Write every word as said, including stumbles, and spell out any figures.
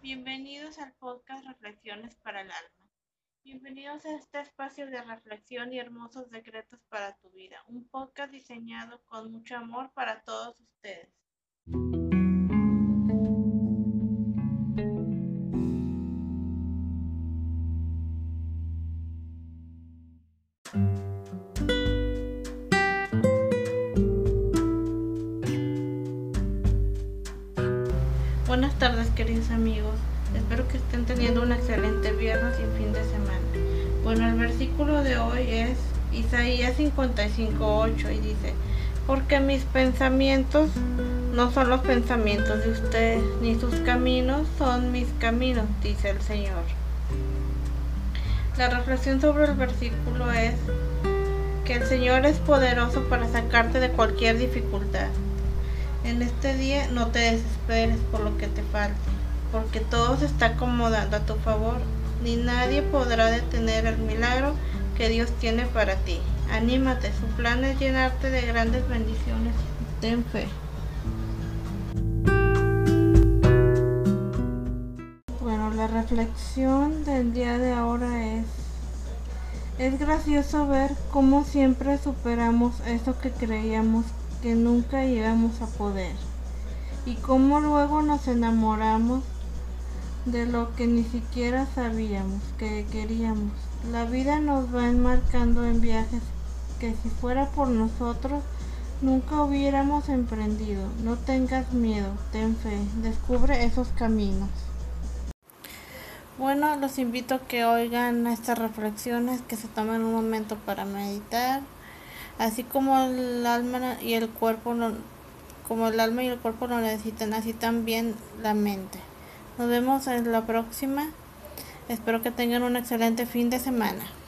Bienvenidos al podcast Reflexiones para el Alma. Bienvenidos a este espacio de reflexión y hermosos decretos para tu vida. Un podcast diseñado con mucho amor para todos ustedes. Buenas tardes, queridos amigos. Espero que estén teniendo un excelente viernes y fin de semana. Bueno, el versículo de hoy es Isaías cincuenta y cinco, ocho y dice: porque mis pensamientos no son los pensamientos de ustedes, ni sus caminos son mis caminos, dice el Señor. La reflexión sobre el versículo es que el Señor es poderoso para sacarte de cualquier dificultad. En este día no te desesperes por lo que te falte, porque todo se está acomodando a tu favor, ni nadie podrá detener el milagro que Dios tiene para ti. Anímate, su plan es llenarte de grandes bendiciones. Ten fe. Bueno, la reflexión del día de ahora es: es gracioso ver cómo siempre superamos eso que creíamos que nunca íbamos a poder, y cómo luego nos enamoramos de lo que ni siquiera sabíamos que queríamos. La vida nos va enmarcando en viajes que si fuera por nosotros nunca hubiéramos emprendido. No tengas miedo, ten fe, descubre esos caminos. Bueno, los invito a que oigan estas reflexiones, que se tomen un momento para meditar. Así como el alma y el cuerpo no, como el alma y el cuerpo lo necesitan, así también la mente. Nos vemos en la próxima. Espero que tengan un excelente fin de semana.